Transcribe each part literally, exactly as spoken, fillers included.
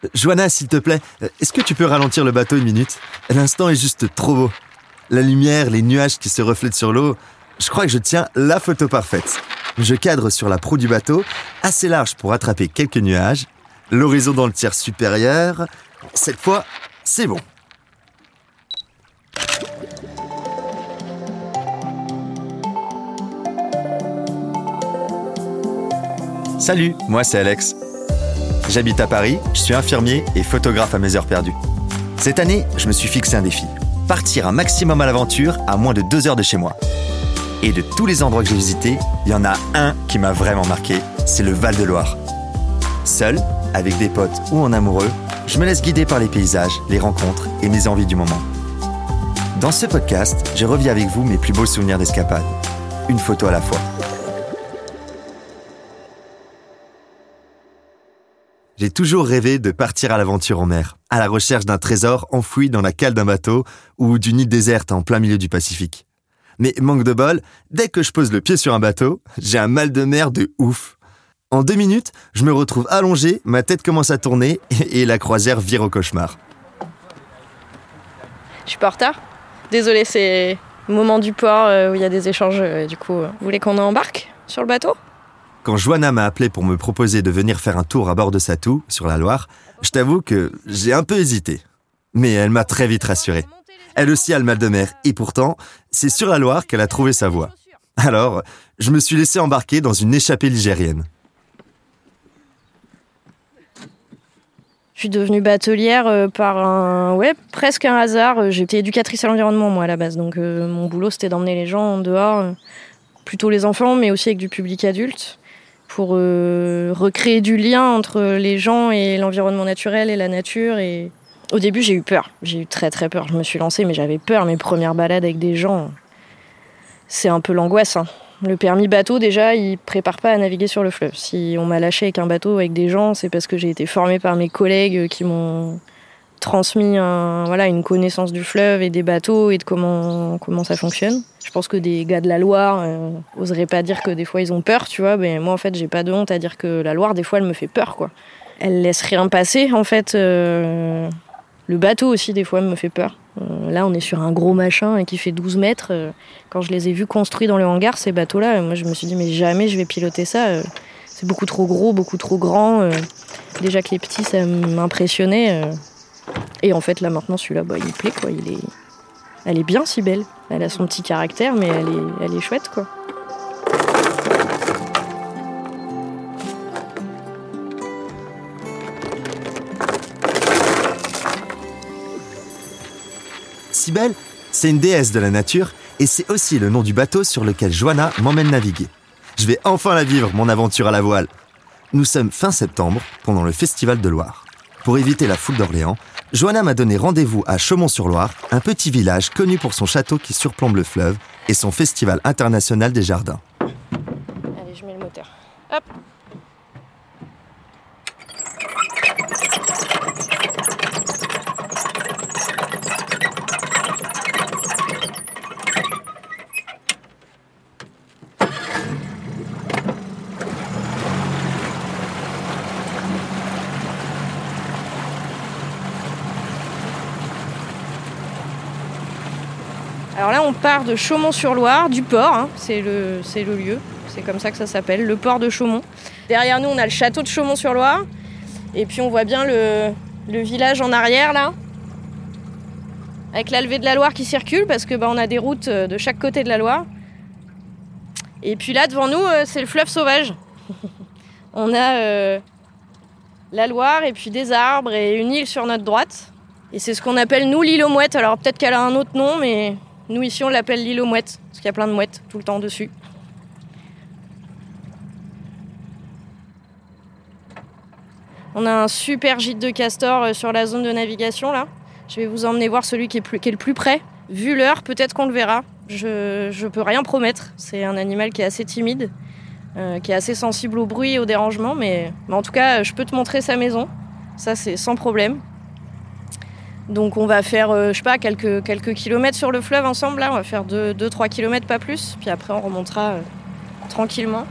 Joanna, s'il te plaît, est-ce que tu peux ralentir le bateau une minute ? L'instant est juste trop beau. La lumière, les nuages qui se reflètent sur l'eau, je crois que je tiens la photo parfaite. Je cadre sur la proue du bateau, assez large pour attraper quelques nuages, l'horizon dans le tiers supérieur. Cette fois, c'est bon. Salut, moi c'est Alex. J'habite à Paris, je suis infirmier et photographe à mes heures perdues. Cette année, je me suis fixé un défi. Partir un maximum à l'aventure à moins de deux heures de chez moi. Et de tous les endroits que j'ai visités, il y en a un qui m'a vraiment marqué, c'est le Val-de-Loire. Seul, avec des potes ou en amoureux, je me laisse guider par les paysages, les rencontres et mes envies du moment. Dans ce podcast, je revis avec vous mes plus beaux souvenirs d'escapade. Une photo à la fois. J'ai toujours rêvé de partir à l'aventure en mer, à la recherche d'un trésor enfoui dans la cale d'un bateau ou d'une île déserte en plein milieu du Pacifique. Mais manque de bol, dès que je pose le pied sur un bateau, j'ai un mal de mer de ouf. En deux minutes, je me retrouve allongé, ma tête commence à tourner et la croisière vire au cauchemar. Je suis pas en retard. Désolée, c'est le moment du port où il y a des échanges. Du coup, vous voulez qu'on embarque sur le bateau ? Quand Joanna m'a appelé pour me proposer de venir faire un tour à bord de Satou, sur la Loire, je t'avoue que j'ai un peu hésité. Mais elle m'a très vite rassuré. Elle aussi a le mal de mer, et pourtant, c'est sur la Loire qu'elle a trouvé sa voie. Alors, je me suis laissé embarquer dans une échappée ligérienne. Je suis devenue batelière euh, par un... Ouais, presque un hasard. J'étais éducatrice à l'environnement, moi, à la base. Donc, euh, mon boulot, c'était d'emmener les gens en dehors, euh, plutôt les enfants, mais aussi avec du public adulte, pour euh, recréer du lien entre les gens et l'environnement naturel et la nature. Et au début, j'ai eu peur. J'ai eu très, très peur. Je me suis lancée, mais j'avais peur. Mes premières balades avec des gens, c'est un peu l'angoisse, hein. Le permis bateau, déjà, il prépare pas à naviguer sur le fleuve. Si on m'a lâché avec un bateau avec des gens, c'est parce que j'ai été formée par mes collègues qui m'ont transmis un, voilà, une connaissance du fleuve et des bateaux et de comment, comment ça fonctionne. Je pense que des gars de la Loire euh, oseraient pas dire que des fois ils ont peur, tu vois. Mais moi, en fait, j'ai pas de honte à dire que la Loire, des fois, elle me fait peur, quoi. Elle laisse rien passer, en fait. Euh, le bateau aussi, des fois, me fait peur. Euh, là, on est sur un gros machin qui fait douze mètres. Euh, quand je les ai vus construits dans le hangar, ces bateaux-là, moi, je me suis dit, mais jamais je vais piloter ça. Euh, c'est beaucoup trop gros, beaucoup trop grand. Euh, déjà que les petits, ça m'impressionnait. Euh, et en fait, là, maintenant, celui-là, bah, il me plaît, quoi. Il est... Elle est bien, si belle. Elle a son petit caractère, mais elle est, elle est chouette, quoi. Cybèle, c'est une déesse de la nature et c'est aussi le nom du bateau sur lequel Joanna m'emmène naviguer. Je vais enfin la vivre, mon aventure à la voile. Nous sommes fin septembre, pendant le Festival de Loire. Pour éviter la foule d'Orléans, Joanna m'a donné rendez-vous à Chaumont-sur-Loire, un petit village connu pour son château qui surplombe le fleuve et son festival international des jardins. Allez, je mets le moteur. Hop. Alors là, on part de Chaumont-sur-Loire, du port, hein, c'est le, c'est le lieu, c'est comme ça que ça s'appelle, le port de Chaumont. Derrière nous, on a le château de Chaumont-sur-Loire, et puis on voit bien le, le village en arrière, là, avec la levée de la Loire qui circule, parce que bah, on a des routes de chaque côté de la Loire. Et puis là, devant nous, c'est le fleuve sauvage. On a euh, la Loire, et puis des arbres, et une île sur notre droite. Et c'est ce qu'on appelle, nous, l'île aux mouettes. Alors peut-être qu'elle a un autre nom, mais... Nous, ici, on l'appelle l'île aux mouettes, parce qu'il y a plein de mouettes tout le temps dessus. On a un super gîte de castor sur la zone de navigation, là. Je vais vous emmener voir celui qui est, plus, qui est le plus près. Vu l'heure, peut-être qu'on le verra. Je ne peux rien promettre. C'est un animal qui est assez timide, euh, qui est assez sensible au bruit et au dérangement, mais, mais en tout cas, je peux te montrer sa maison. Ça, c'est sans problème. Donc on va faire, euh, je sais pas, quelques, quelques kilomètres sur le fleuve ensemble, là. On va faire deux trois kilomètres, pas plus. Puis après, on remontera euh, tranquillement.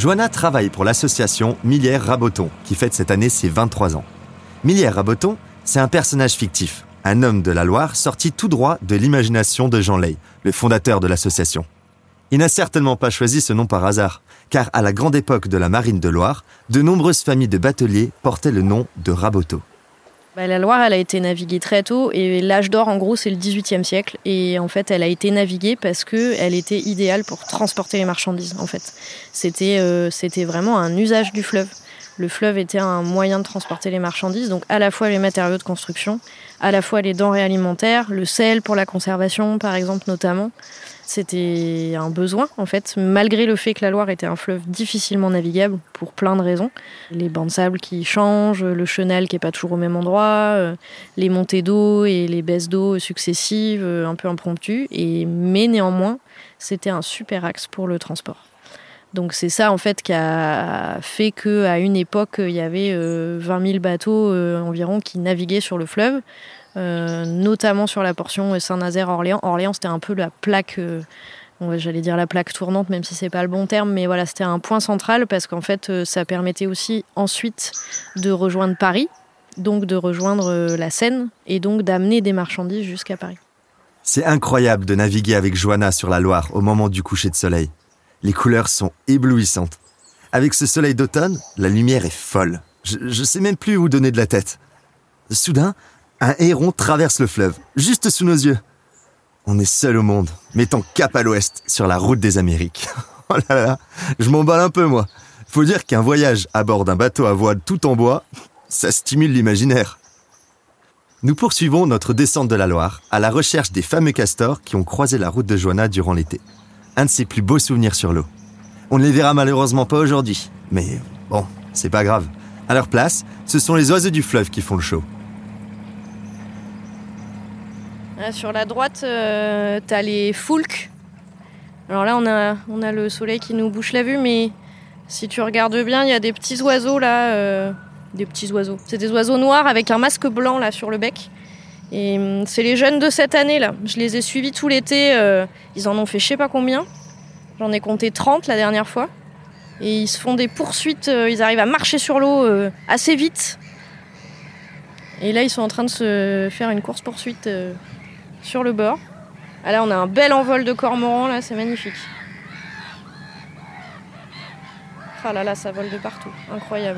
Joanna travaille pour l'association Millière-Raboton, qui fête cette année ses vingt-trois ans. Millière-Raboton, c'est un personnage fictif, un homme de la Loire sorti tout droit de l'imagination de Jean Lay, le fondateur de l'association. Il n'a certainement pas choisi ce nom par hasard, car à la grande époque de la marine de Loire, de nombreuses familles de bateliers portaient le nom de raboteaux. Bah, la Loire, elle a été naviguée très tôt et l'âge d'or, en gros, c'est le dix-huitième siècle. Et en fait, elle a été naviguée parce qu'elle était idéale pour transporter les marchandises, en fait. C'était, euh, c'était vraiment un usage du fleuve. Le fleuve était un moyen de transporter les marchandises, donc à la fois les matériaux de construction, à la fois les denrées alimentaires, le sel pour la conservation, par exemple, notamment. C'était un besoin, en fait, malgré le fait que la Loire était un fleuve difficilement navigable pour plein de raisons. Les bancs de sable qui changent, le chenal qui n'est pas toujours au même endroit, euh, les montées d'eau et les baisses d'eau successives, euh, un peu impromptues. Et, mais néanmoins, c'était un super axe pour le transport. Donc c'est ça, en fait, qui a fait qu'à une époque, il y avait euh, vingt mille bateaux euh, environ qui naviguaient sur le fleuve. Euh, notamment sur la portion Saint-Nazaire-Orléans. Orléans, c'était un peu la plaque, euh, j'allais dire la plaque tournante, même si c'est pas le bon terme, mais voilà, c'était un point central parce qu'en fait, euh, ça permettait aussi ensuite de rejoindre Paris, donc de rejoindre euh, la Seine et donc d'amener des marchandises jusqu'à Paris. C'est incroyable de naviguer avec Joanna sur la Loire au moment du coucher de soleil. Les couleurs sont éblouissantes. Avec ce soleil d'automne, la lumière est folle. Je, je sais même plus où donner de la tête. Soudain, un héron traverse le fleuve, juste sous nos yeux. On est seul au monde, mettant cap à l'ouest, sur la route des Amériques. Oh là là, je m'emballe un peu, moi. Faut dire qu'un voyage à bord d'un bateau à voile tout en bois, ça stimule l'imaginaire. Nous poursuivons notre descente de la Loire, à la recherche des fameux castors qui ont croisé la route de Joanna durant l'été. Un de ses plus beaux souvenirs sur l'eau. On ne les verra malheureusement pas aujourd'hui, mais bon, c'est pas grave. À leur place, ce sont les oiseaux du fleuve qui font le show. Sur la droite, euh, t'as les foulques. Alors là, on a, on a le soleil qui nous bouche la vue, mais si tu regardes bien, il y a des petits oiseaux là. Euh, des petits oiseaux. C'est des oiseaux noirs avec un masque blanc là sur le bec. Et euh, c'est les jeunes de cette année là. Je les ai suivis tout l'été. Euh, ils en ont fait je sais pas combien. J'en ai compté trente la dernière fois. Et ils se font des poursuites. Euh, ils arrivent à marcher sur l'eau euh, assez vite. Et là, ils sont en train de se faire une course-poursuite. Euh, sur le bord. Ah là, on a un bel envol de cormorans, là, c'est magnifique. Ah là là, ça vole de partout. Incroyable.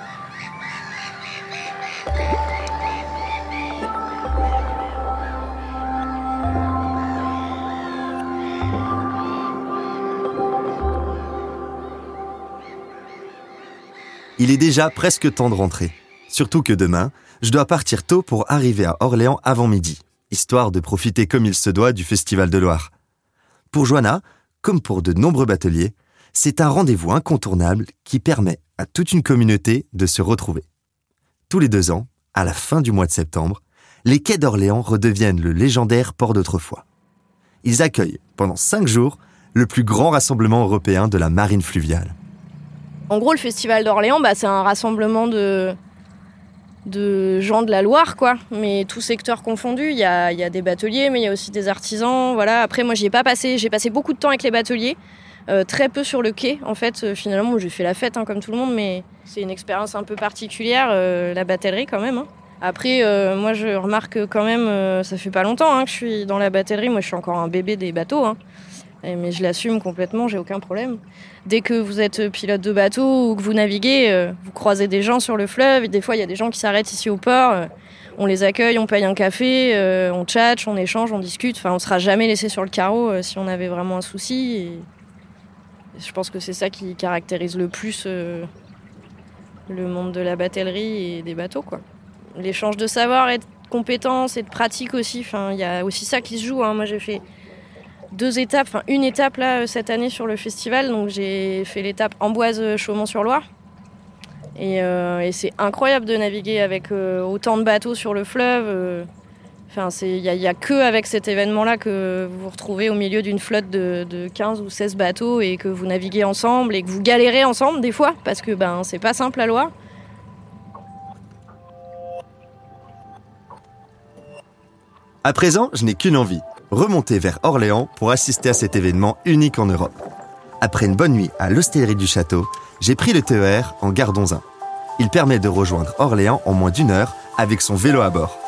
Il est déjà presque temps de rentrer. Surtout que demain, je dois partir tôt pour arriver à Orléans avant midi, histoire de profiter comme il se doit du Festival de Loire. Pour Joanna, comme pour de nombreux bateliers, c'est un rendez-vous incontournable qui permet à toute une communauté de se retrouver. Tous les deux ans, à la fin du mois de septembre, les quais d'Orléans redeviennent le légendaire port d'autrefois. Ils accueillent, pendant cinq jours, le plus grand rassemblement européen de la marine fluviale. En gros, le Festival d'Orléans, bah, c'est un rassemblement de... de gens de la Loire, quoi, mais tous secteurs confondus. Il y a, il y a des bateliers, mais il y a aussi des artisans. Voilà. Après, moi, j'y ai pas passé. J'ai passé beaucoup de temps avec les bateliers, euh, très peu sur le quai. En fait, euh, finalement, j'ai fait la fête, hein, comme tout le monde, mais c'est une expérience un peu particulière, euh, la batellerie, quand même. Hein. Après, euh, moi, je remarque quand même, euh, ça fait pas longtemps hein, que je suis dans la batellerie. Moi, je suis encore un bébé des bateaux, hein. Mais je l'assume complètement, j'ai aucun problème. Dès que vous êtes pilote de bateau ou que vous naviguez, euh, vous croisez des gens sur le fleuve. Et des fois, il y a des gens qui s'arrêtent ici au port. Euh, on les accueille, on paye un café, euh, on tchatche, on échange, on discute. Enfin, on ne sera jamais laissé sur le carreau euh, si on avait vraiment un souci. Et je pense que c'est ça qui caractérise le plus euh, le monde de la batellerie et des bateaux, quoi. L'échange de savoir et de compétences et de pratiques aussi. Enfin, il y a aussi ça qui se joue. Hein. Moi, j'ai fait deux étapes, enfin une étape là cette année sur le festival, donc j'ai fait l'étape Amboise-Chaumont-sur-Loire et, euh, et c'est incroyable de naviguer avec euh, autant de bateaux sur le fleuve. Euh, enfin, il n'y a, y a que avec cet événement-là que vous vous retrouvez au milieu d'une flotte de, de quinze ou seize bateaux et que vous naviguez ensemble et que vous galérez ensemble des fois parce que ben c'est pas simple la Loire. À présent, je n'ai qu'une envie. Remonter vers Orléans pour assister à cet événement unique en Europe. Après une bonne nuit à l'hostellerie du château, j'ai pris le T E R en gare d'Onzain. Il permet de rejoindre Orléans en moins d'une heure avec son vélo à bord.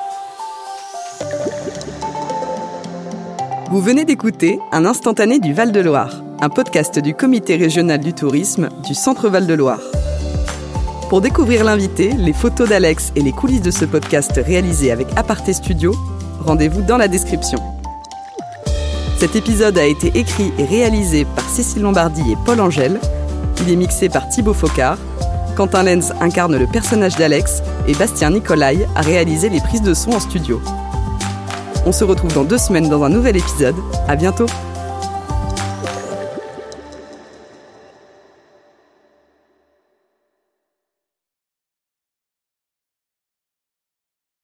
Vous venez d'écouter Un instantané du Val-de-Loire, un podcast du Comité régional du tourisme du Centre Val-de-Loire. Pour découvrir l'invité, les photos d'Alex et les coulisses de ce podcast réalisé avec Aparté Studio, rendez-vous dans la description. Cet épisode a été écrit et réalisé par Cécile Lombardi et Paul Angèle. Il est mixé par Thibaut Focard. Quentin Lenz incarne le personnage d'Alex et Bastien Nicolai a réalisé les prises de son en studio. On se retrouve dans deux semaines dans un nouvel épisode. À bientôt!